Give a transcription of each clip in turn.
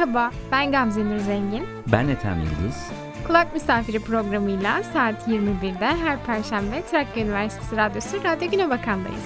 Merhaba, ben Gamze Nur Zengin. Ben Ethem Yıldız. Kulak Misafiri programıyla saat 21'de her Perşembe Trakya Üniversitesi Radyosu Radyo Günebakan'dayız.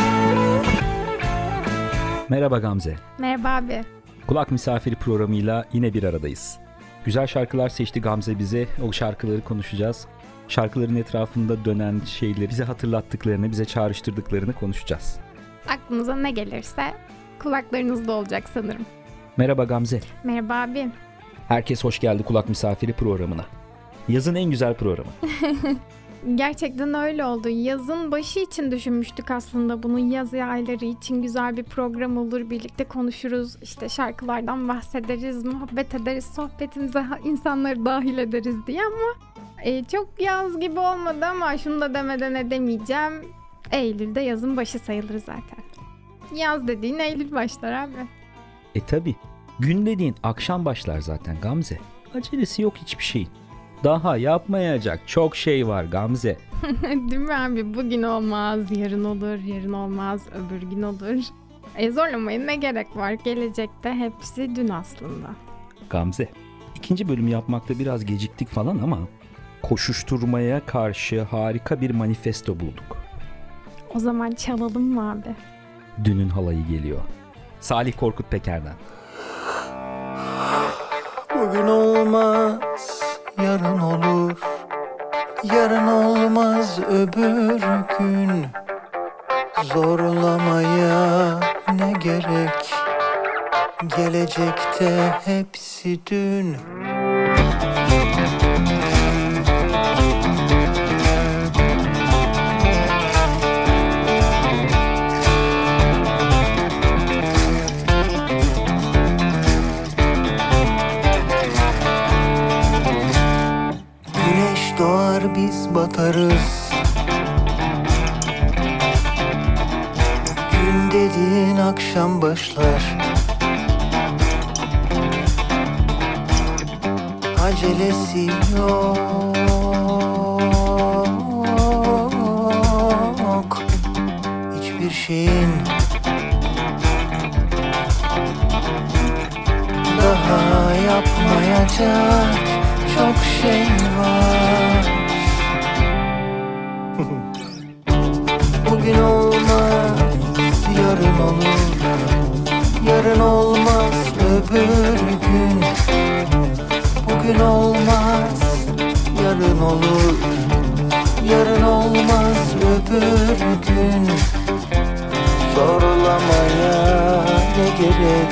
Merhaba Gamze. Merhaba abi. Kulak Misafiri programıyla yine bir aradayız. Güzel şarkılar seçti Gamze bize. O şarkıları konuşacağız. Şarkıların etrafında dönen şeyleri bize hatırlattıklarını, bize çağrıştırdıklarını konuşacağız. Aklınıza ne gelirse kulaklarınızda olacak sanırım. Merhaba Gamze. Merhaba abi. Herkes hoş geldi Kulak Misafiri programına. Yazın en güzel programı. Gerçekten öyle oldu. Yazın başı için düşünmüştük aslında bunu. Yaz ayları için güzel bir program olur. Birlikte konuşuruz. İşte şarkılardan bahsederiz, muhabbet ederiz, sohbetimize insanları dahil ederiz diye ama çok yaz gibi olmadı ama şunu da demeden edemeyeceğim. Eylül'de yazın başı sayılır zaten. Yaz dediğin Eylül başlar abi. Tabi. Gün dediğin akşam başlar zaten Gamze. Acelesi yok hiçbir şeyin. Daha yapmayacak çok şey var Gamze. Değil mi abi? Bugün olmaz, yarın olur, yarın olmaz, öbür gün olur. Zorlamaya ne gerek var? Gelecekte hepsi dün aslında. Gamze, ikinci bölümü yapmakta biraz geciktik falan ama koşuşturmaya karşı harika bir manifesto bulduk. O zaman çalalım mı abi? Dünün halayı geliyor. Salih Korkut Peker'den. Bugün olmaz, yarın olur. Yarın olmaz, öbür gün. Zorlamaya ne gerek? Gelecekte hepsi dün. Doğar biz batarız. Gün dediğin akşam başlar. Acelesi yok hiçbir şeyin. Daha yapmayacak çok şey var. Bugün olmaz, yarın olur. Yarın olmaz, öbür gün. Bugün olmaz, yarın olur. Yarın olmaz, öbür gün. Zorlamaya ne gerek?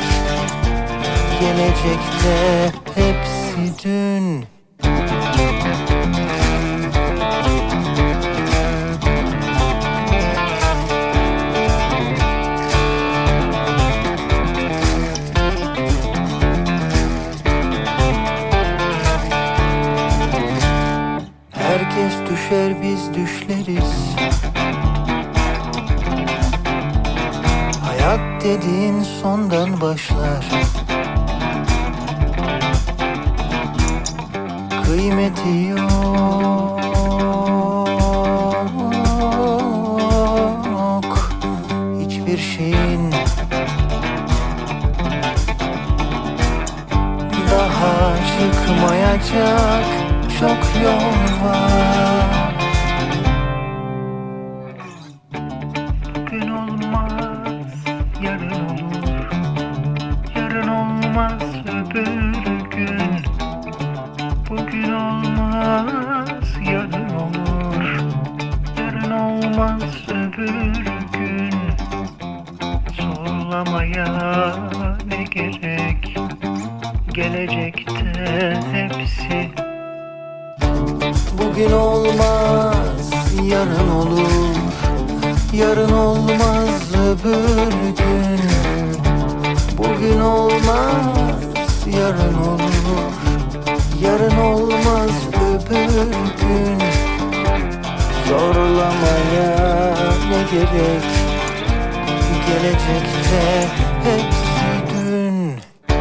Gelecekte hepsi dün. Herkes düşer biz düşleriz. Hayat dediğin sondan başlar. Kıymeti yok hiçbir şeyin. Daha çıkmayacak çok yol var. Bugün olmaz, yarın olur. Yarın olmaz, öbür gün. Bugün olmaz, yarın olur. Yarın olmaz, öbür gün. Zorlamaya ne gerek? Gelecekte hepsi. Bugün olmaz, yarın olur. Yarın olmaz, öbür gün. Bugün olmaz, yarın olur. Yarın olmaz, öbür gün. Zorlamaya ne gerek? Gelecekte hepsi dün.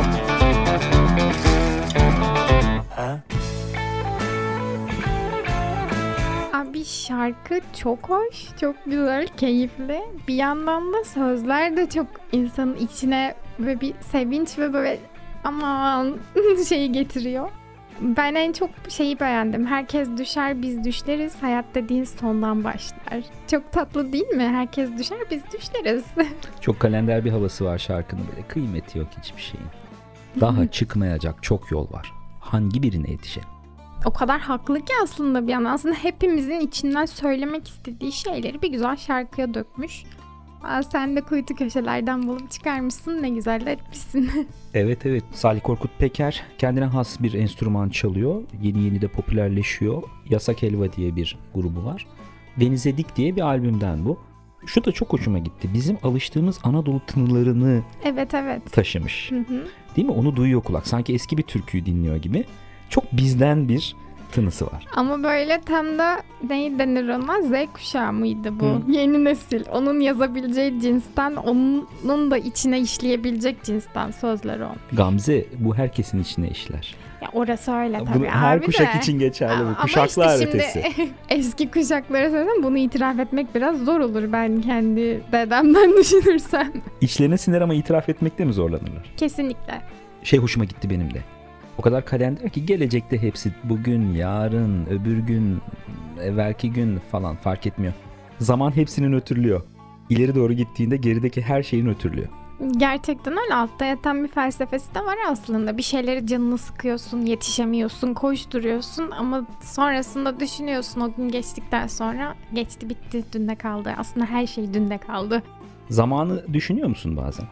Abi şarkı çok hoş, çok güzel, keyifli. Bir yandan da sözler de çok insanın içine böyle bir sevinç ve böyle Aman şeyi getiriyor. Ben en çok şeyi beğendim. Herkes düşer biz düşleriz. Hayat dediğin sondan başlar. Çok tatlı değil mi? Herkes düşer biz düşleriz. Çok kalender bir havası var şarkının, böyle kıymeti yok hiçbir şeyin. Daha çıkmayacak çok yol var. Hangi birine yetişelim? O kadar haklı ki aslında bir yandan. Aslında hepimizin içinden söylemek istediği şeyleri bir güzel şarkıya dökmüş. Sen de kuytu köşelerden bulup çıkarmışsın, ne güzel etmişsin. Evet. Salih Korkut Peker kendine has bir enstrüman çalıyor. Yeni de popülerleşiyor. Yasak Helva diye bir grubu var. Denize Dik diye bir albümden bu. Şu da çok hoşuma gitti. Bizim alıştığımız Anadolu tınılarını Evet. taşımış. Hı. Değil mi? Onu duyuyor kulak. Sanki eski bir türküyü dinliyor gibi. Çok bizden bir tınısı var. Ama böyle tam da ne denir ona? Z kuşağı mıydı bu? Yeni nesil. Onun yazabileceği cinsten, onun da içine işleyebilecek cinsten sözleri o. Gamze bu herkesin içine işler. Ya orası öyle tabii Bu her abi kuşak de. için geçerli bu. Ama Kuşaklar işte ötesi. şimdi eski kuşaklara söylesem bunu itiraf etmek biraz zor olur, ben kendi dedemden düşünürsem. İçlerine siner ama itiraf etmekte mi zorlanırlar? Kesinlikle. Şey hoşuma gitti benim de. O kadar kalender ki gelecekte hepsi bugün, yarın, öbür gün, evvelki gün falan fark etmiyor. Zaman hepsini nötrlüyor. İleri doğru gittiğinde gerideki her şeyi nötrlüyor. Gerçekten öyle, altta yatan bir felsefesi de var aslında. Bir şeyleri canını sıkıyorsun, yetişemiyorsun, koşturuyorsun ama sonrasında düşünüyorsun, o gün geçtikten sonra geçti bitti, dünde kaldı. Aslında her şey dünde kaldı. Zamanı düşünüyor musun bazen?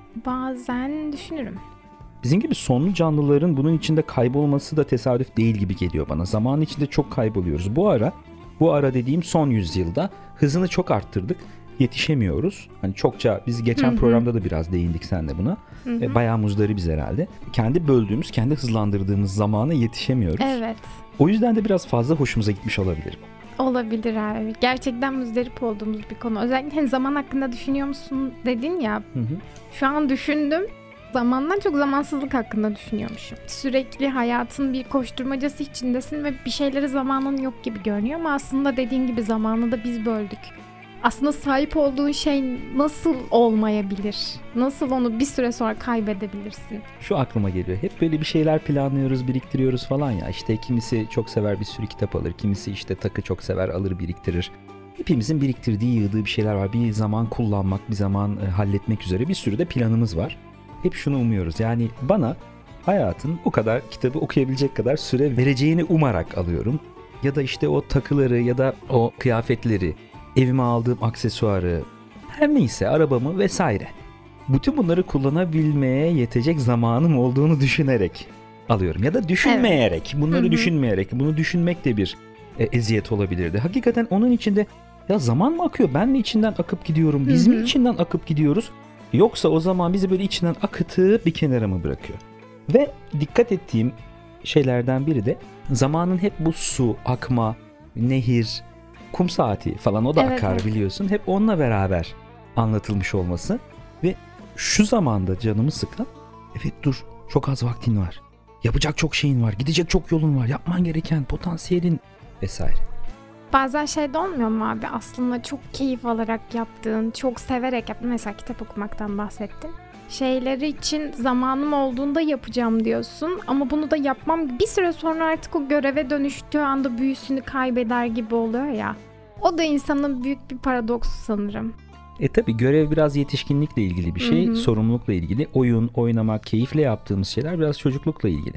Bazen düşünürüm. Bizim gibi sonlu canlıların bunun içinde kaybolması da tesadüf değil gibi geliyor bana. Zamanın içinde çok kayboluyoruz. Bu ara dediğim son yüzyılda hızını çok arttırdık. Yetişemiyoruz. Hani çokça biz geçen programda da biraz değindik seninle buna. Bayağı muzdaribiz herhalde. Kendi böldüğümüz, kendi hızlandırdığımız zamana yetişemiyoruz. Evet. O yüzden de biraz fazla hoşumuza gitmiş olabilir. Olabilir abi. Gerçekten muzdarip olduğumuz bir konu. Özellikle hani zaman hakkında düşünüyor musun dedin ya. Şu an düşündüm. Zamandan çok zamansızlık hakkında düşünüyormuşum. Sürekli hayatın bir koşturmacası içindesin ve bir şeylere zamanın yok gibi görünüyor ama aslında dediğin gibi zamanı da biz böldük. Aslında sahip olduğun şey nasıl olmayabilir? Nasıl onu bir süre sonra kaybedebilirsin? Şu aklıma geliyor. Hep böyle bir şeyler planlıyoruz, biriktiriyoruz falan ya. İşte kimisi çok sever bir sürü kitap alır. Kimisi işte takı çok sever, alır biriktirir. Hepimizin biriktirdiği, yığdığı bir şeyler var. Bir zaman kullanmak, bir zaman halletmek üzere bir sürü de planımız var. Hep şunu umuyoruz. Yani bana hayatın bu kadar kitabı okuyabilecek kadar süre vereceğini umarak alıyorum. Ya da işte o takıları ya da o kıyafetleri, evime aldığım aksesuarı, her neyse arabamı vesaire. Bütün bunları kullanabilmeye yetecek zamanım olduğunu düşünerek alıyorum. Ya da düşünmeyerek, bunları düşünmeyerek. Bunu düşünmek de bir eziyet olabilirdi. Hakikaten onun içinde ya zaman mı akıyor? Ben mi içinden akıp gidiyorum? Biz mi içinden akıp gidiyoruz? Yoksa o zaman bizi böyle içinden akıtıp bir kenara mı bırakıyor? Ve dikkat ettiğim şeylerden biri de zamanın hep bu su, akma, nehir, kum saati falan o da akar biliyorsun. Hep onunla beraber anlatılmış olması ve şu zamanda canımı sıkan, evet dur çok az vaktin var. Yapacak çok şeyin var, gidecek çok yolun var, yapman gereken potansiyelin vesaire. Bazen şey de olmuyor mu abi? Aslında çok keyif alarak yaptığın, çok severek yaptığın, mesela kitap okumaktan bahsettin. Şeyleri için zamanım olduğunda yapacağım diyorsun ama bunu da yapmam bir süre sonra artık o göreve dönüştüğü anda büyüsünü kaybeder gibi oluyor ya. O da insanın büyük bir paradoksu sanırım. Tabii görev biraz yetişkinlikle ilgili bir şey, sorumlulukla ilgili. Oyun, oynamak, keyifle yaptığımız şeyler biraz çocuklukla ilgili.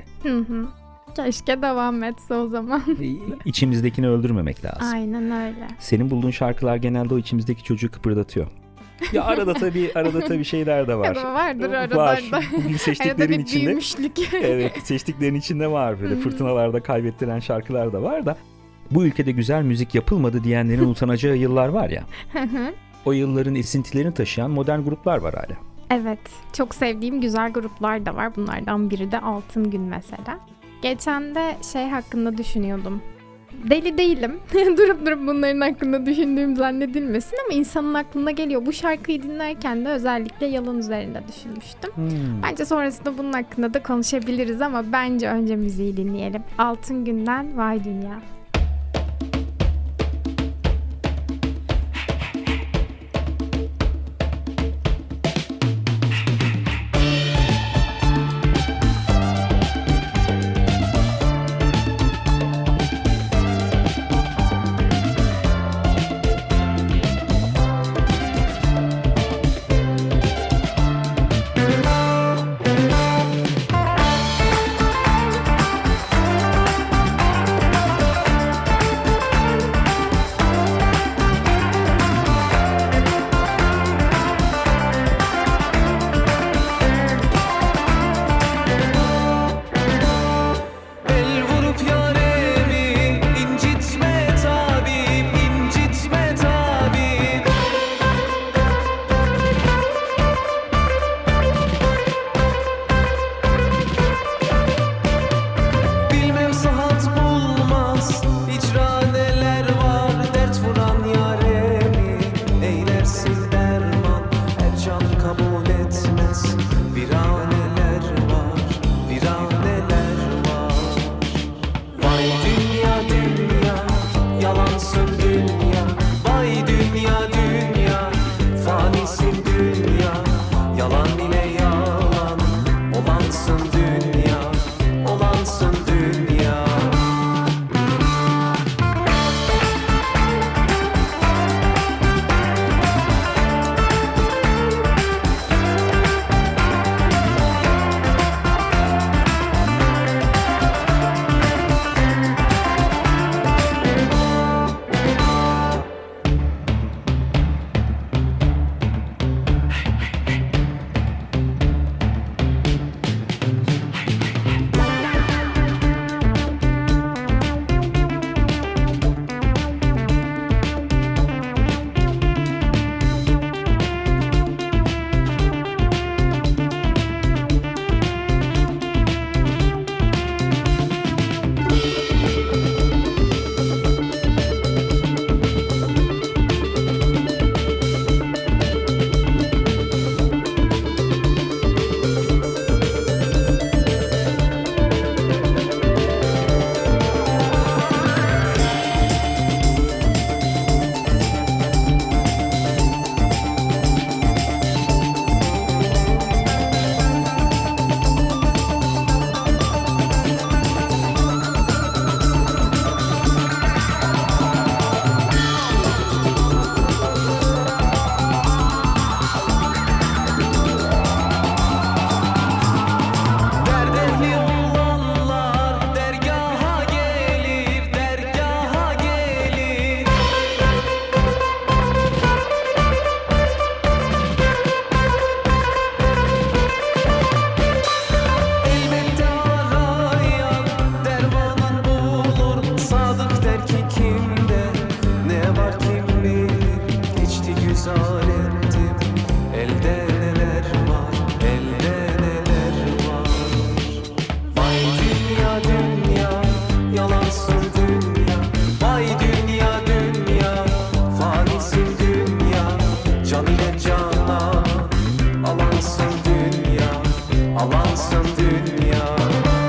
Keşke devam etse o zaman. İçimizdekini öldürmemek lazım. Aynen öyle. Senin bulduğun şarkılar genelde o içimizdeki çocuğu kıpırdatıyor. Ya arada tabii şeyler de var. Vardır aralarda. Var. Bugün seçtiklerin içinde. Büyümüşlük. Evet, seçtiklerin içinde var böyle fırtınalarda kaybettiren şarkılar da var da. Bu ülkede güzel müzik yapılmadı diyenlerin utanacağı yıllar var ya. O yılların esintilerini taşıyan modern gruplar var hala. Evet, çok sevdiğim güzel gruplar da var. Bunlardan biri de Altın Gün mesela. Geçen de şey hakkında düşünüyordum. Deli değilim. durup bunların hakkında düşündüğüm zannedilmesin ama insanın aklına geliyor. Bu şarkıyı dinlerken de özellikle Yalan üzerinde düşünmüştüm. Bence sonrasında bunun hakkında da konuşabiliriz ama bence önce müziği dinleyelim. Altın Gün'den Vay Dünya. alansın dünya.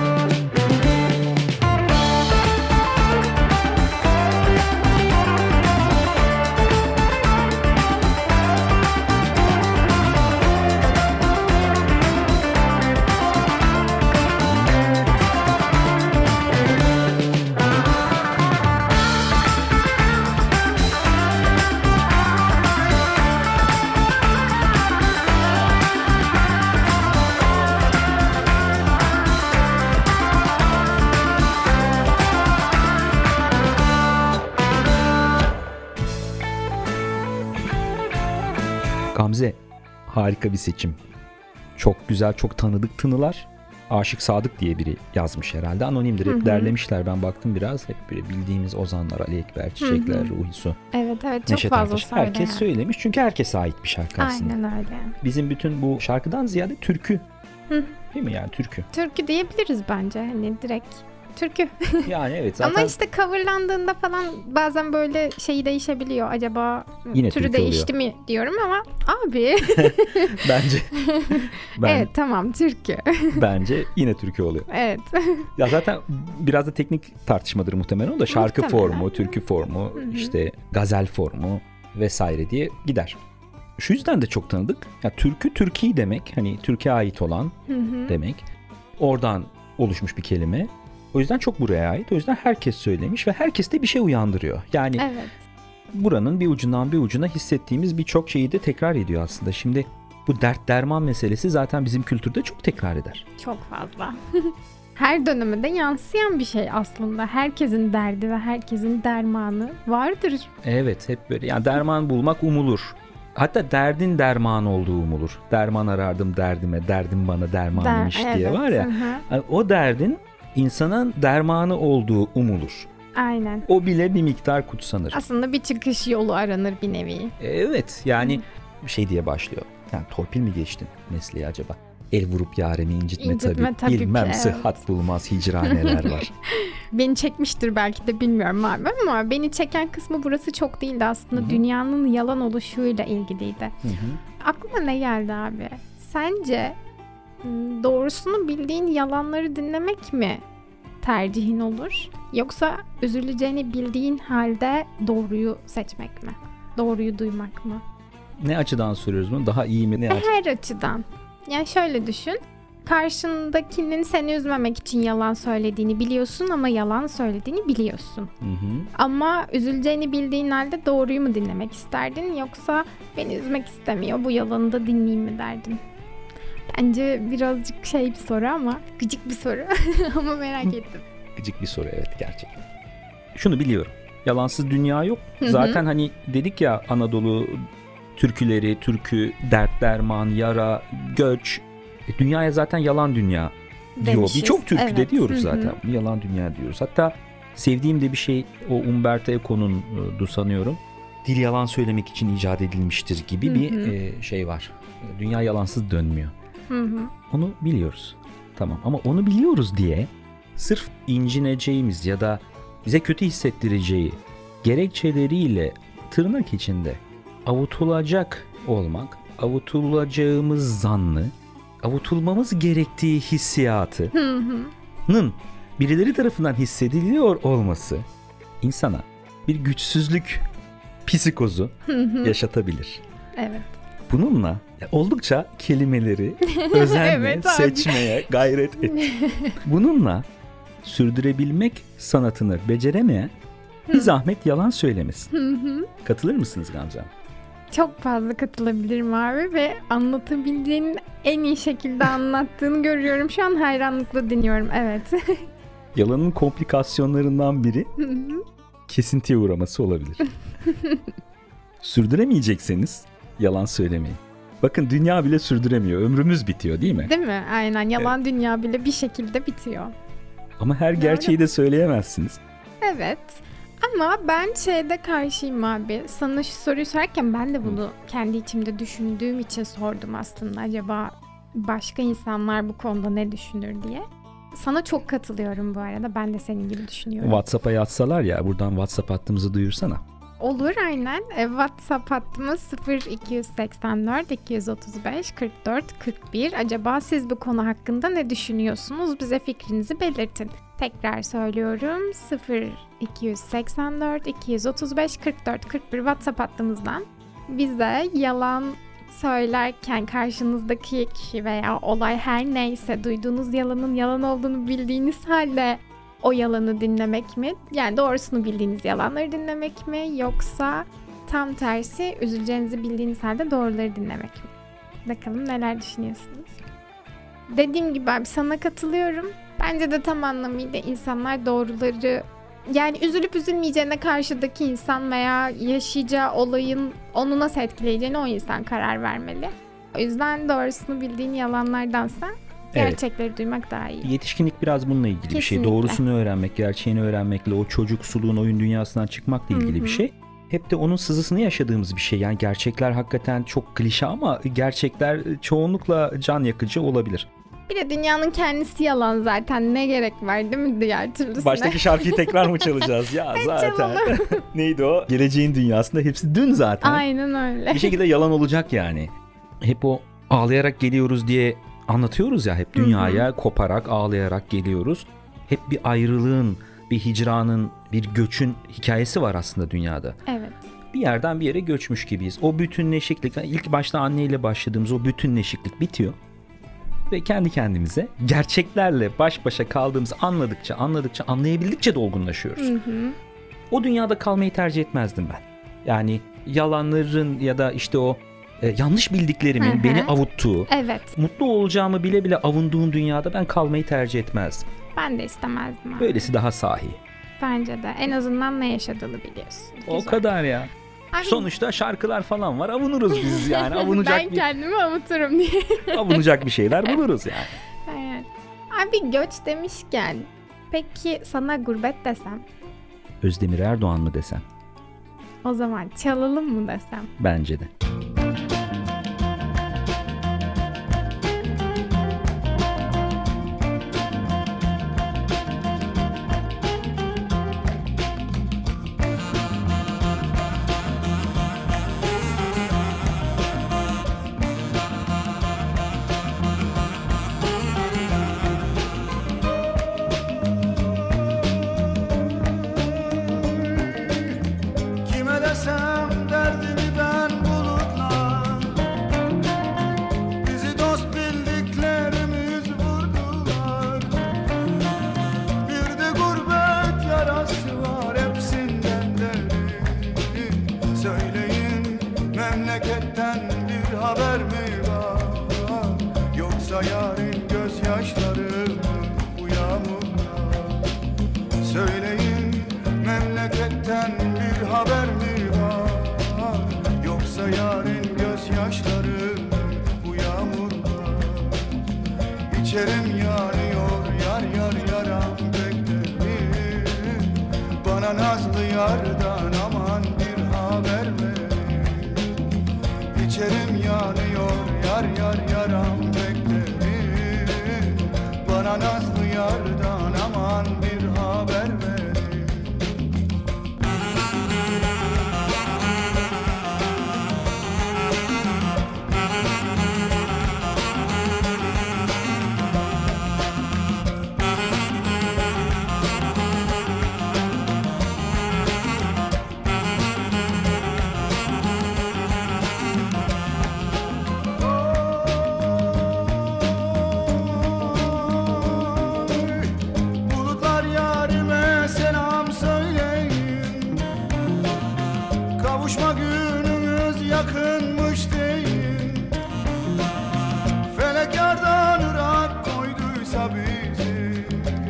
Gamze, harika bir seçim. Çok güzel, çok tanıdık tınılar. Aşık Sadık diye biri yazmış herhalde. Anonimdir, hep derlemişler. Ben baktım biraz. Hep böyle bildiğimiz ozanlar, Ali Ekber, Çiçekler, Ruhi Su. Evet çok Neşet fazla Ertaş. söylüyor. Herkes söylemiş çünkü herkese ait bir şarkı aslında. Aynen öyle. Bizim bütün bu şarkıdan ziyade türkü. Değil mi yani, türkü? Türkü diyebiliriz bence, hani direkt türkü. Yani evet zaten. Ama işte coverlandığında falan bazen böyle şeyi değişebiliyor. Acaba Yine türü türkü değişti mi diyorum ama abi. Bence. Evet tamam, türkü. Bence yine türkü oluyor. Evet. Ya zaten biraz da teknik tartışmadır muhtemelen. O da şarkı Muhtemelen. formu, türkü formu, işte gazel formu vesaire diye gider. Şu yüzden de çok tanıdık. Ya türkü, Türkiye demek. Hani Türkiye'ye ait olan demek. Oradan oluşmuş bir kelime. O yüzden çok buraya ait. O yüzden herkes söylemiş ve herkes de bir şey uyandırıyor. Yani Evet. buranın bir ucundan bir ucuna hissettiğimiz birçok şeyi de tekrar ediyor aslında. Şimdi bu dert derman meselesi zaten bizim kültürde çok tekrar eder. Çok fazla. Her dönemde yansıyan bir şey aslında. Herkesin derdi ve herkesin dermanı vardır. Evet, hep böyle. Yani derman bulmak umulur. Hatta derdin derman olduğu umulur. Derman arardım derdime, derdim bana dermanıymış diye var ya. Yani o derdin insanın dermanı olduğu umulur. Aynen. O bile bir miktar kutsanır. Aslında bir çıkış yolu aranır bir nevi. Evet, yani bir şey diye başlıyor. Yani torpil mi geçtin mesleği acaba? El vurup yaremi incitme tabii. Bilmem evet. sıhhat bulmaz hicraneler var. Beni çekmiştir belki de, bilmiyorum abi, ama beni çeken kısmı burası çok değildi aslında. Dünyanın yalan oluşuyla ilgiliydi. Aklıma ne geldi abi? Sence doğrusunu bildiğin yalanları dinlemek mi tercihin olur? Yoksa üzüleceğini bildiğin halde doğruyu seçmek mi? Doğruyu duymak mı? Ne açıdan soruyoruz bunu? Daha iyi mi? Ne Her açıdan. Yani şöyle düşün. Karşındakinin seni üzmemek için yalan söylediğini biliyorsun ama yalan söylediğini biliyorsun. Ama üzüleceğini bildiğin halde doğruyu mu dinlemek isterdin, yoksa beni üzmek istemiyor, bu yalanı da dinleyeyim mi derdin? Bence birazcık bir soru ama gıcık bir soru ama merak ettim. Gıcık bir soru, evet, gerçekten. Şunu biliyorum. Yalansız dünya yok. Zaten hani dedik ya, Anadolu türküleri, türkü, dert derman, yara, göç. Dünyaya zaten yalan dünya diyor. Birçok türküde diyoruz zaten. Yalan dünya diyoruz. Hatta sevdiğim de bir şey, o Umberto Eco'nundu sanıyorum. Dil yalan söylemek için icat edilmiştir gibi bir şey var. Dünya yalansız dönmüyor. Onu biliyoruz. Tamam, ama onu biliyoruz diye sırf incineceğimiz ya da bize kötü hissettireceği gerekçeleriyle tırnak içinde avutulacak olmak, avutulacağımız zannı, avutulmamız gerektiği hissiyatının birileri tarafından hissediliyor olması insana bir güçsüzlük psikozu yaşatabilir. Evet. Bununla oldukça kelimeleri özenle Evet abi. seçmeye gayret et. Bununla sürdürebilmek sanatını beceremeyen bir zahmet yalan söylemesin. Katılır mısınız Gamze Hanım? Çok fazla katılabilirim abi ve anlatabildiğin en iyi şekilde anlattığını görüyorum. Şu an hayranlıkla dinliyorum. Evet. Yalanın komplikasyonlarından biri kesintiye uğraması olabilir. Sürdüremeyecekseniz yalan söylemeyin. Bakın, dünya bile sürdüremiyor. Ömrümüz bitiyor değil mi? Değil mi? Aynen. Yalan dünya bile bir şekilde bitiyor. Ama her gerçeği de söyleyemezsiniz. Evet. Ama ben karşıyım abi. Sana şu soruyu sorarken ben de bunu kendi içimde düşündüğüm için sordum aslında. Acaba başka insanlar bu konuda ne düşünür diye. Sana çok katılıyorum bu arada. Ben de senin gibi düşünüyorum. WhatsApp'a yazsalar ya, buradan WhatsApp hattımızı duyursana. Olur aynen. WhatsApp hattımız 0284 235 44 41. Acaba siz bu konu hakkında ne düşünüyorsunuz? Bize fikrinizi belirtin. Tekrar söylüyorum. 0284 235 44 41 WhatsApp hattımızdan bize yalan söylerken karşınızdaki kişi veya olay her neyse duyduğunuz yalanın yalan olduğunu bildiğiniz halde o yalanı dinlemek mi? Yani doğrusunu bildiğiniz yalanları dinlemek mi? Yoksa tam tersi üzüleceğinizi bildiğiniz halde doğruları dinlemek mi? Bakalım neler düşünüyorsunuz? Dediğim gibi abi sana katılıyorum. Bence de tam anlamıyla insanlar doğruları, yani üzülüp üzülmeyeceğine karşıdaki insan veya yaşayacağı olayın onu nasıl etkileyeceğine o insan karar vermeli. O yüzden doğrusunu bildiğin yalanlardansa gerçekleri duymak daha iyi. Yetişkinlik biraz bununla ilgili bir şey. Kesinlikle. Doğrusunu öğrenmek, gerçeğini öğrenmekle, o çocuksuluğun oyun dünyasından çıkmakla ilgili bir şey. Hep de onun sızısını yaşadığımız bir şey. Yani gerçekler hakikaten çok klişe ama gerçekler çoğunlukla can yakıcı olabilir. Bir de dünyanın kendisi yalan zaten. Ne gerek var değil mi diğer türlüsüne? Baştaki şarkıyı tekrar mı çalacağız? Ya zaten. Çalalım. Neydi o? Geleceğin dünyasında hepsi dün zaten. Aynen öyle. Bir şekilde yalan olacak yani. Hep o ağlayarak geliyoruz diye anlatıyoruz ya, hep dünyaya koparak, ağlayarak geliyoruz. Hep bir ayrılığın, bir hicranın, bir göçün hikayesi var aslında dünyada. Evet. Bir yerden bir yere göçmüş gibiyiz. O bütünleşiklik, ilk başta anneyle başladığımız o bütünleşiklik bitiyor. Ve kendi kendimize gerçeklerle baş başa kaldığımızı anladıkça, anlayabildikçe dolgunlaşıyoruz. O dünyada kalmayı tercih etmezdim ben. Yani yalanların ya da işte o yanlış bildiklerimin beni avuttuğu, mutlu olacağımı bile bile avunduğum dünyada ben kalmayı tercih etmezdim. Ben de istemezdim abi. Böylesi daha sahi. Bence de. En azından ne yaşadığını biliyorsun. O Güzel. kadar ya. Abi, Sonuçta şarkılar falan var. Avunuruz biz yani. Avunacak ben kendimi avuturum diye. avunacak bir şeyler buluruz yani. Evet. Abi göç demişken, peki sana gurbet desem? Özdemir Erdoğan mı desem? O zaman çalalım mı desem? Bence de. Kime desem derdimi ben bulutlar, bizi dost bildiklerimiz vurdular. Bir de gurbet yarası var hepsinden derin. Söyleyin memleketten bir haber mi var? Yoksa yarın gözyaşları bu yağmurlar? Söyleyin memleketten bir haber mi var? Yoksa yarın gözyaşları bu yağmurlar? İçerim yanıyor yar yar yaram beklerim. Bana nazlı yardan aman bir haber verin. İçerim yanıyor yar yar yaram beklerim. Bana nazlı yardan aman bir haber verin. Bulutlar yarime selam söyleyin. Kavuşma günümüz yakınmış deyin. Felek yardan ırak koyduysa bizi,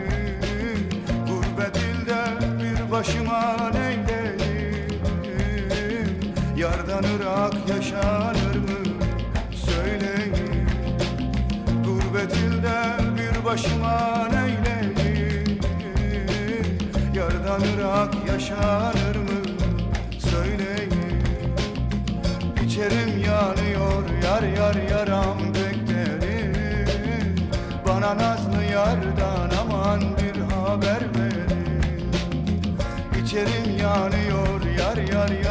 gurbet ilde bir başıma neyleyim? Yardan ırak yaşanır mı söyleyin. Gurbet ilde bir başıma neyleyim? Yardan ırak yaşanır mı söyleyin. İçerim yanıyor yar yar yaram beklerim. Bana nazlı yardan aman bir haber verin. İçerim yanıyor yar yar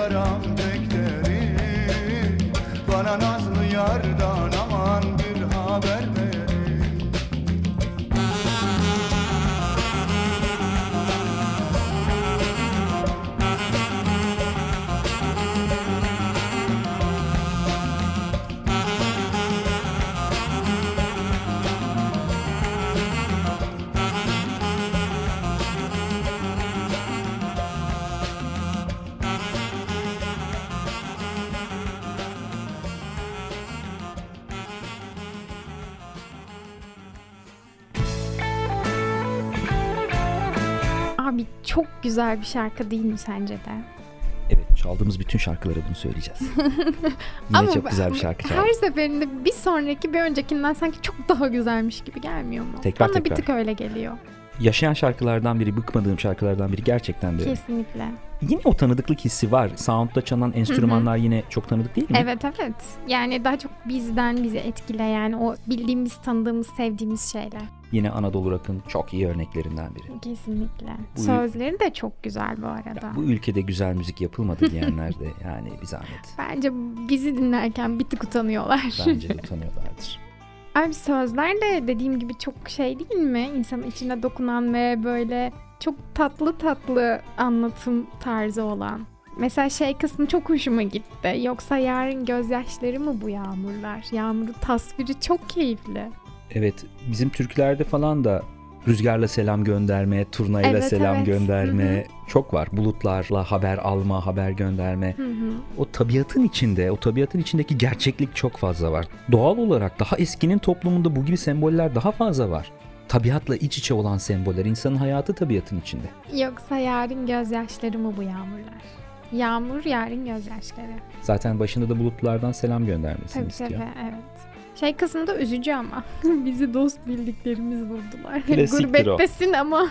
Abi çok güzel bir şarkı değil mi sence de? Evet, çaldığımız bütün şarkılara bunu söyleyeceğiz. Yine Ama çok güzel bir şarkı çaldık. her seferinde bir sonraki bir öncekinden sanki çok daha güzelmiş gibi gelmiyor mu? Tekrar Bana tekrar. bir tık öyle geliyor. Yaşayan şarkılardan biri, bıkmadığım şarkılardan biri gerçekten de. Kesinlikle. Yine o tanıdıklık hissi var. Sound'da çalan enstrümanlar yine çok tanıdık değil mi? Evet. Yani daha çok bizi etkileyen, o bildiğimiz, tanıdığımız, sevdiğimiz şeyler. Yine Anadolu Rock'ın çok iyi örneklerinden biri. Kesinlikle. Bu- Sözleri de çok güzel bu arada. Ya, bu ülkede güzel müzik yapılmadı diyenler de yani bir zahmet. Bence bizi dinlerken bir tık utanıyorlar. Bence de utanıyorlardır. Abi sözler de dediğim gibi çok şey değil mi? İnsanın içine dokunan ve böyle çok tatlı tatlı anlatım tarzı olan. Mesela şey kısmı çok hoşuma gitti. Yoksa yarın gözyaşları mı bu yağmurlar? Yağmurun tasviri çok keyifli. Evet, bizim türkülerde falan da rüzgarla selam gönderme, turnayla Evet, selam evet. gönderme çok var. Bulutlarla haber alma, haber gönderme. Hı hı. O tabiatın içinde, o tabiatın içindeki gerçeklik çok fazla var. Doğal olarak daha eskinin toplumunda bu gibi semboller daha fazla var. Tabiatla iç içe olan semboller, insanın hayatı tabiatın içinde. Yoksa yarın gözyaşları mı bu yağmurlar? Yağmur yarın gözyaşları. Zaten başında da bulutlardan selam göndermesini Tabii istiyor. evet. Şey kısmında üzücü ama. Bizi dost bildiklerimiz vurdular. Klasiktir o. Gurbettesin ama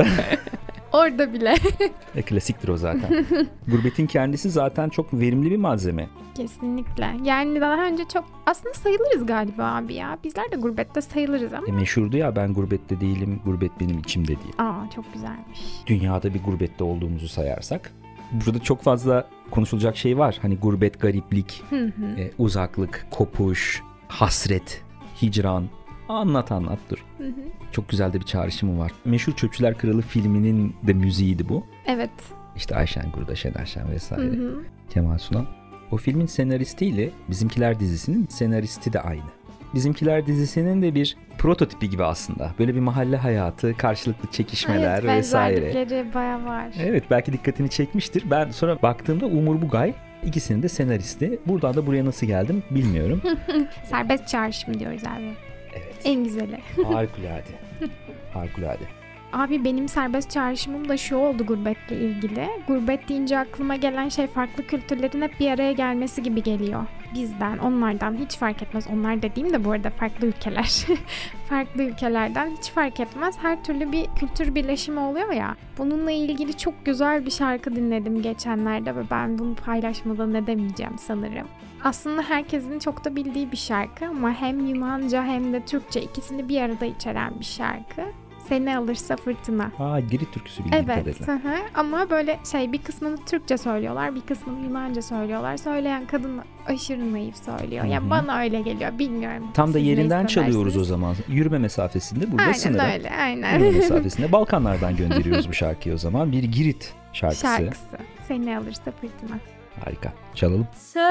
orada bile. Klasiktir o zaten. Gurbetin kendisi zaten çok verimli bir malzeme. Kesinlikle. Yani daha önce çok aslında sayılırız galiba abi ya. Bizler de gurbette sayılırız ama. Meşhurdu ya, ben gurbette değilim, gurbet benim içimde diye. Aa çok güzelmiş. Dünyada bir gurbette olduğumuzu sayarsak. Burada çok fazla konuşulacak şey var. Hani gurbet, gariplik, uzaklık, kopuş, hasret, hicran. Anlat dur. Çok güzel de bir çağrışımı var. Meşhur Çöpçüler Kralı filminin de müziğiydi bu. Evet. İşte Ayşen Gurda, Şener Şen vesaire. Kemal Sunal. O filmin senaristiyle Bizimkiler dizisinin senaristi de aynı. Bizimkiler dizisinin de bir prototipi gibi aslında. Böyle bir mahalle hayatı, karşılıklı çekişmeler evet, vesaire. benzerlikleri bayağı var. Evet, belki dikkatini çekmiştir. Ben sonra baktığımda Umur Bugay, ikisinin de senaristi. Buradan da buraya nasıl geldim bilmiyorum. Serbest çağrışım diyoruz abi. Evet. En güzeli. Harikulade. Harikulade. Abi benim serbest çağrışımım da şu oldu gurbetle ilgili. Gurbet deyince aklıma gelen şey farklı kültürlerin hep bir araya gelmesi gibi geliyor. Bizden, onlardan hiç fark etmez. Onlar dediğim de bu arada farklı ülkeler. Farklı ülkelerden hiç fark etmez. Her türlü bir kültür birleşimi oluyor ya. Bununla ilgili çok güzel bir şarkı dinledim geçenlerde ve ben bunu paylaşmadan edemeyeceğim sanırım. Aslında herkesin çok da bildiği bir şarkı ama hem Yunanca hem de Türkçe ikisini bir arada içeren bir şarkı. Seni alırsa fırtına. Girit türküsü bildiğim Evet. kadarıyla. Ama böyle bir kısmını Türkçe söylüyorlar, bir kısmını Yunanca söylüyorlar. Söyleyen kadın aşırı naif söylüyor. Ya bana öyle geliyor, bilmiyorum. Tam da Siz ne yerinden çalıyoruz o hissedersiniz? zaman. Yürüme mesafesinde burada Aynen sınırı. öyle, aynen. Yürüme mesafesinde Balkanlardan gönderiyoruz bu şarkıyı o zaman. Bir Girit şarkısı. Seni alırsa fırtına. Harika. Çalalım.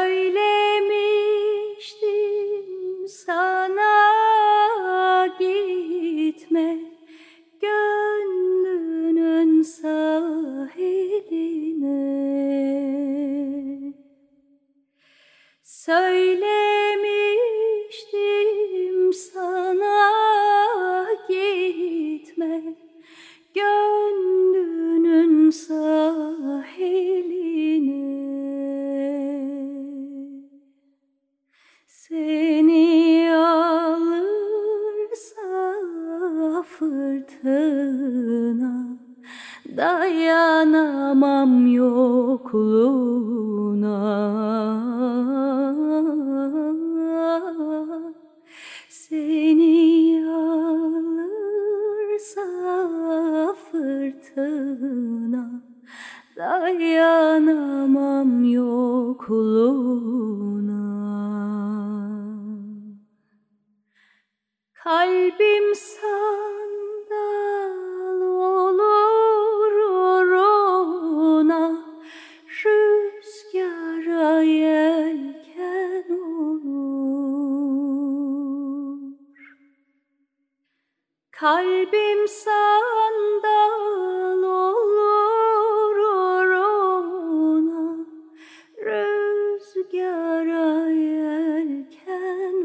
Söylemiştim sana gitme gönlünün sahiline. Söylemiştim sana gitme gönlünün sahiline. Seni alırsa fırtına, dayanamam yokluğuna. Seni alırsa fırtına, dayanamam yokluğuna. Kalbim sandal olur uğruna, rüzgara yelken olur. Kalbim sandal olur uğruna, rüzgara yelken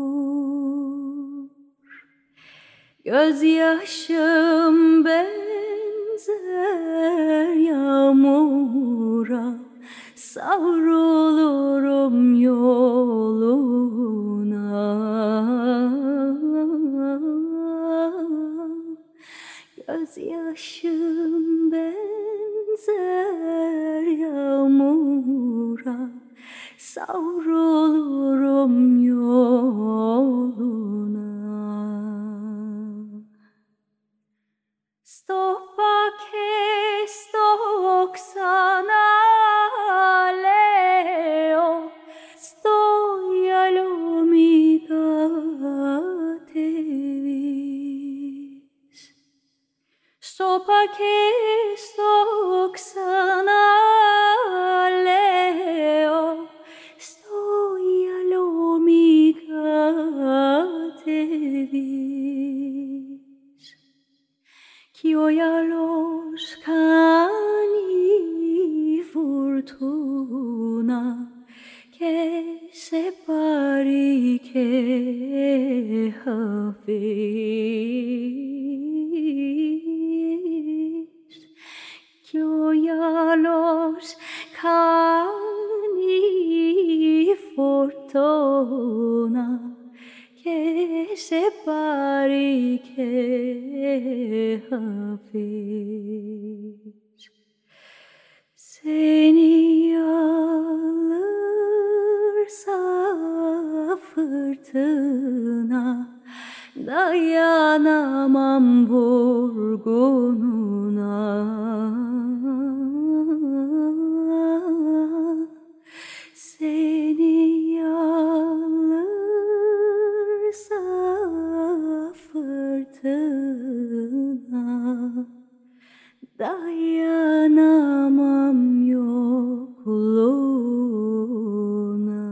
olur. Gözyaşım benim benzer yağmura, savrulurum yoluna. Gözyaşım benzer yağmura, savrulurum yoluna. Sto pa che sto xanaleo, sto yalomiga tevis. Sto pa che sto xanaleo, sto yalomiga tevis. Ch'io los cani fortuna, che separi che havis. Ch'io los cani fortuna, che separi che hafiz. Seni alırsa fırtına, dayanamam vurgununa. Seni alırsa fırtına, dayanamam yokluğuna.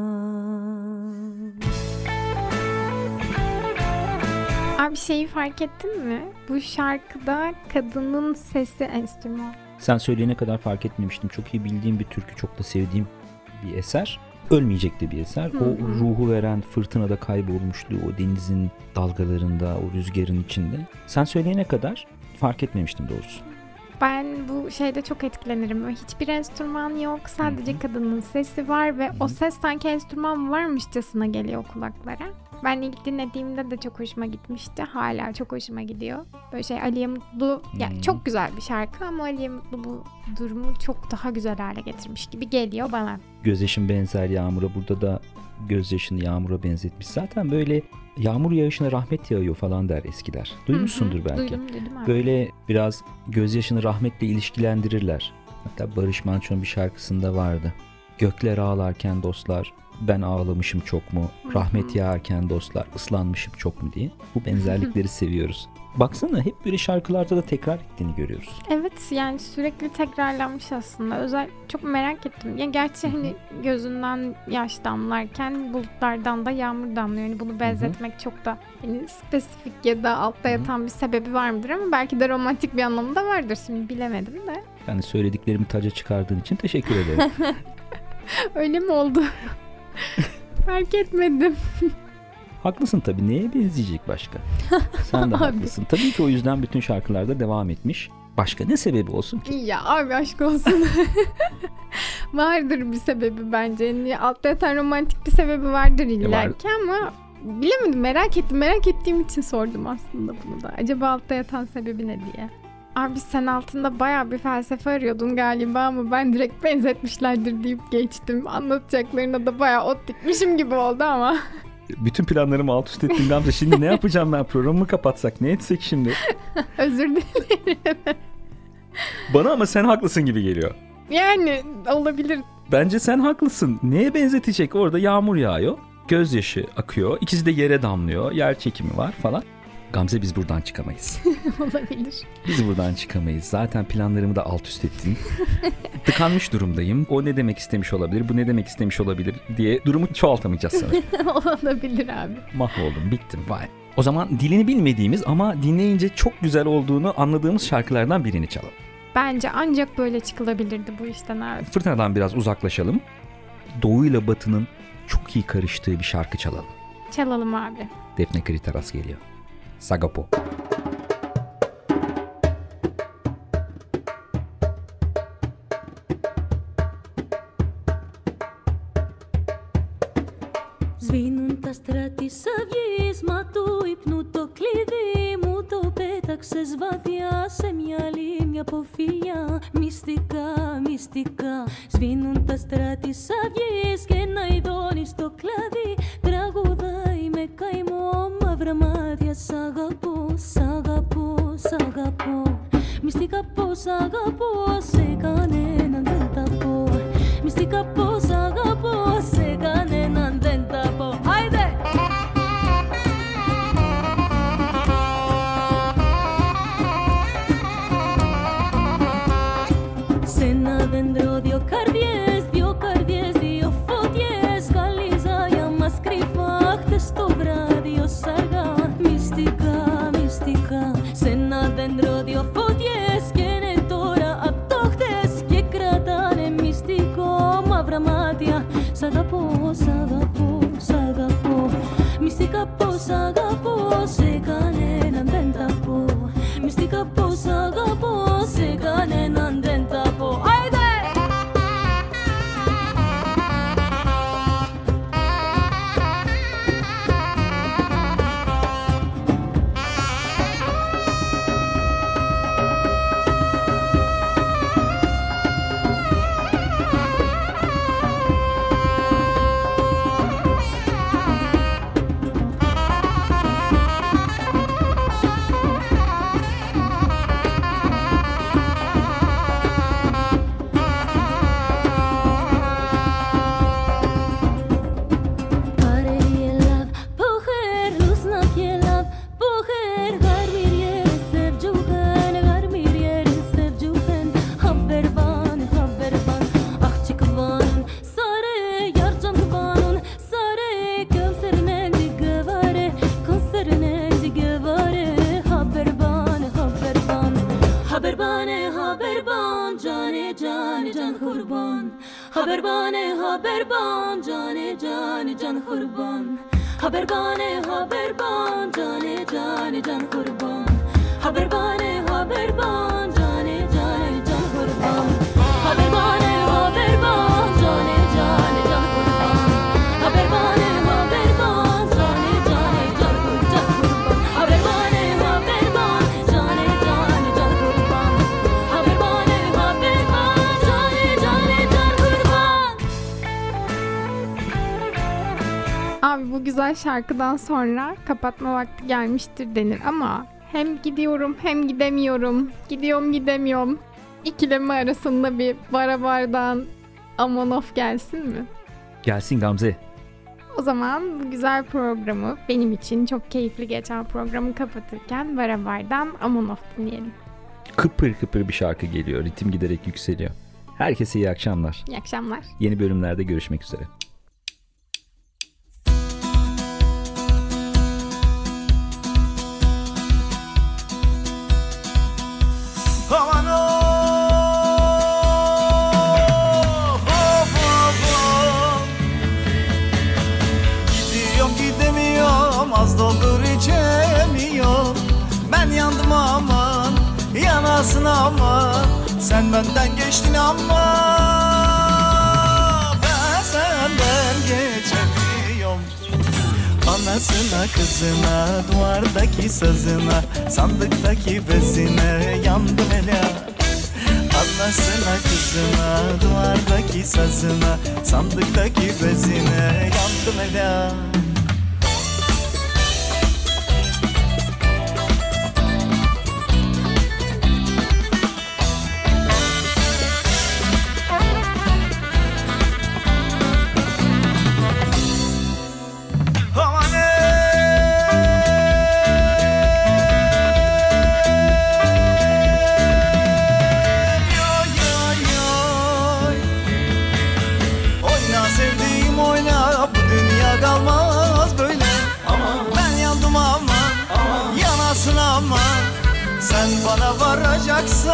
Abi şeyi fark ettin mi? Bu şarkıda kadının sesi enstrüman. Sen söyleyene kadar fark etmemiştim. Çok iyi bildiğim bir türkü, çok da sevdiğim bir eser. Ölmeyecek de bir eser. O ruhu veren, fırtınada kaybolmuşluğu, o denizin dalgalarında, o rüzgarın içinde. Sen söyleyene kadar fark etmemiştim doğrusu. Ben bu şeyde çok etkilenirim. Hiçbir enstrüman yok. Sadece kadının sesi var ve o ses sanki enstrüman varmışçasına geliyor kulaklara. Ben ilk dinlediğimde de çok hoşuma gitmişti. Hala çok hoşuma gidiyor. Böyle şey Aliye Mutlu, yani çok güzel bir şarkı ama Aliye Mutlu bu durumu çok daha güzel hale getirmiş gibi geliyor bana. Gözyaşın benzer yağmura, burada da gözyaşını yağmura benzetmiş. Zaten böyle yağmur yağışına rahmet yağıyor falan der eskiler. Duymuşsundur belki. Duydum abi. Böyle biraz gözyaşını rahmetle ilişkilendirirler. Hatta Barış Manço'nun bir şarkısında vardı. Gökler ağlarken dostlar, ben ağlamışım çok mu? Rahmet yağarken dostlar, ıslanmışım çok mu diye. Bu benzerlikleri seviyoruz. Baksana hep böyle şarkılarda da tekrar ettiğini görüyoruz. Evet, yani sürekli tekrarlanmış aslında. Çok merak ettim. Ya gerçi hani gözünden yaş damlarken bulutlardan da yağmur damlıyor. Yani bunu benzetmek çok da yani spesifik ya da altta yatan bir sebebi var mıdır ama belki de romantik bir anlamı da vardır. Şimdi bilemedim de. Yani söylediklerimi taca çıkardığın için teşekkür ederim. Öyle mi oldu? Fark etmedim. Haklısın tabii. Neye benzeyecek başka? Sen de haklısın. Tabii ki o yüzden bütün şarkılarda devam etmiş. Başka ne sebebi olsun ki? Ya abi aşk olsun. Vardır bir sebebi bence. Yani altta yatan romantik bir sebebi vardır illaki ama bilemedim. Merak ettiğim için sordum aslında bunu da. Acaba altta yatan sebebi ne diye. Abi sen altında bayağı bir felsefe arıyordun galiba ama ben direkt benzetmişlerdir deyip geçtim. Anlatacaklarına da bayağı ot dikmişim gibi oldu ama. Bütün planlarımı alt üst ettim Gamze. Şimdi ne yapacağım ben? Programı kapatsak? Ne etsek şimdi? Özür dilerim. Bana ama sen haklısın gibi geliyor. Yani olabilir. Bence sen haklısın. Neye benzetecek? Orada yağmur yağıyor. Gözyaşı akıyor. İkisi de yere damlıyor. Yer çekimi var falan. Gamze biz buradan çıkamayız. Olabilir. Biz buradan çıkamayız. Zaten planlarımı da alt üst ettin. Tıkanmış durumdayım. O ne demek istemiş olabilir, bu ne demek istemiş olabilir diye durumu çoğaltamayacağız sanırım. Olabilir abi. Mahvoldum, bittim, vay. O zaman dilini bilmediğimiz ama dinleyince çok güzel olduğunu anladığımız şarkılardan birini çalalım. Bence ancak böyle çıkılabilirdi bu işten abi. Fırtınadan biraz uzaklaşalım. Doğu ile Batı'nın çok iyi karıştığı bir şarkı çalalım. Çalalım abi. Defne Kritaras geliyor. Sagapo. ίσα βγεις, μα του ύπνου το κλειδί μου το πέταξες βαθιά σε μια λίμνη από φιλιά. Μυστικά, μυστικά σβήνουν τα άστρα της αυγής και ένα ειδώνει στο κλαδί τραγουδάει με καημό μαύρα μάτια. Σ' αγαπώ, σ' αγαπώ, σ' αγαπώ. Μυστικά πως αγαπώ, σε κανέναν δεν τα πω. Μυστικά πως αγαπώ, σε κανέναν δεν τα πω. Άιντε! Σε ένα δέντρο δύο καρδιές, δύο φωτιές γαλίζα για μας κρυφά χτες το βράδυ ως αργά. Μυστικά, μυστικά σε ένα δέντρο δύο φωτιές και είναι τώρα απ' το χτες και κρατάνε μυστικό μαύρα μάτια. Σ' αγαπώ, σ' αγαπώ, σ' αγαπώ. Μυστικά πως αγαπώ, σε κανέναν δεν τα πω. Μυστικά πως αγαπώ, σε κανέναν δεν τα πω. Abi bu güzel şarkıdan sonra kapatma vakti gelmiştir denir ama hem gidiyorum hem gidemiyorum, gidiyorum gidemiyorum ikilemi arasında bir Barabar'dan Aman Of gelsin mi? Gelsin Gamze. O zaman bu güzel programı, benim için çok keyifli geçen programı kapatırken Barabar'dan Aman Of dinleyelim. Kıpır kıpır bir şarkı geliyor, ritim giderek yükseliyor. Herkese iyi akşamlar. İyi akşamlar. Yeni bölümlerde görüşmek üzere. Ama sen benden geçtin ama ben senden geçemiyorum. Anasına kızına, duvardaki sazına, sandıktaki bezine yandım hele. Anasına kızına, duvardaki sazına, sandıktaki bezine yandım hele. Sen bana varacaksan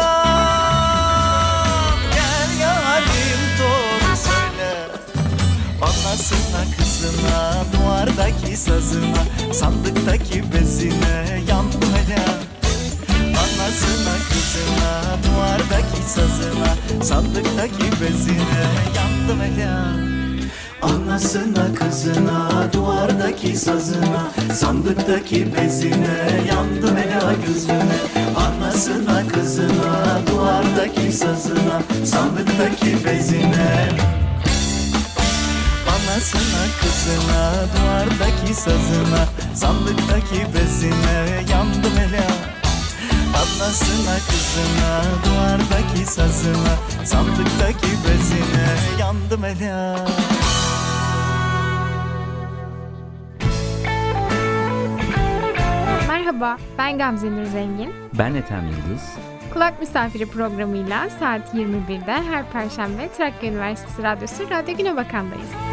gel yarim doğru söyle. Anasına kızına, duvardaki sazına, sandıktaki bezine yandım hele. Anasına kızına, duvardaki sazına, sandıktaki bezine yandım hele. Anasına kızına, duvardaki sazına, sandıktaki bezine, yandım ela gözüne. Anasına kızına, duvardaki sazına, sandıktaki bezine. Anasına kızına, duvardaki sazına, sandıktaki bezine, yandım ela. Anasına kızına, duvardaki sazına, sandıktaki bezine, yandım ela. Merhaba, ben Gamze Nur Zengin. Ben Ethem Yıldız. Kulak Misafiri programıyla saat 21'de her Perşembe Trakya Üniversitesi Radyosu Radyo Güne Bakan'dayız.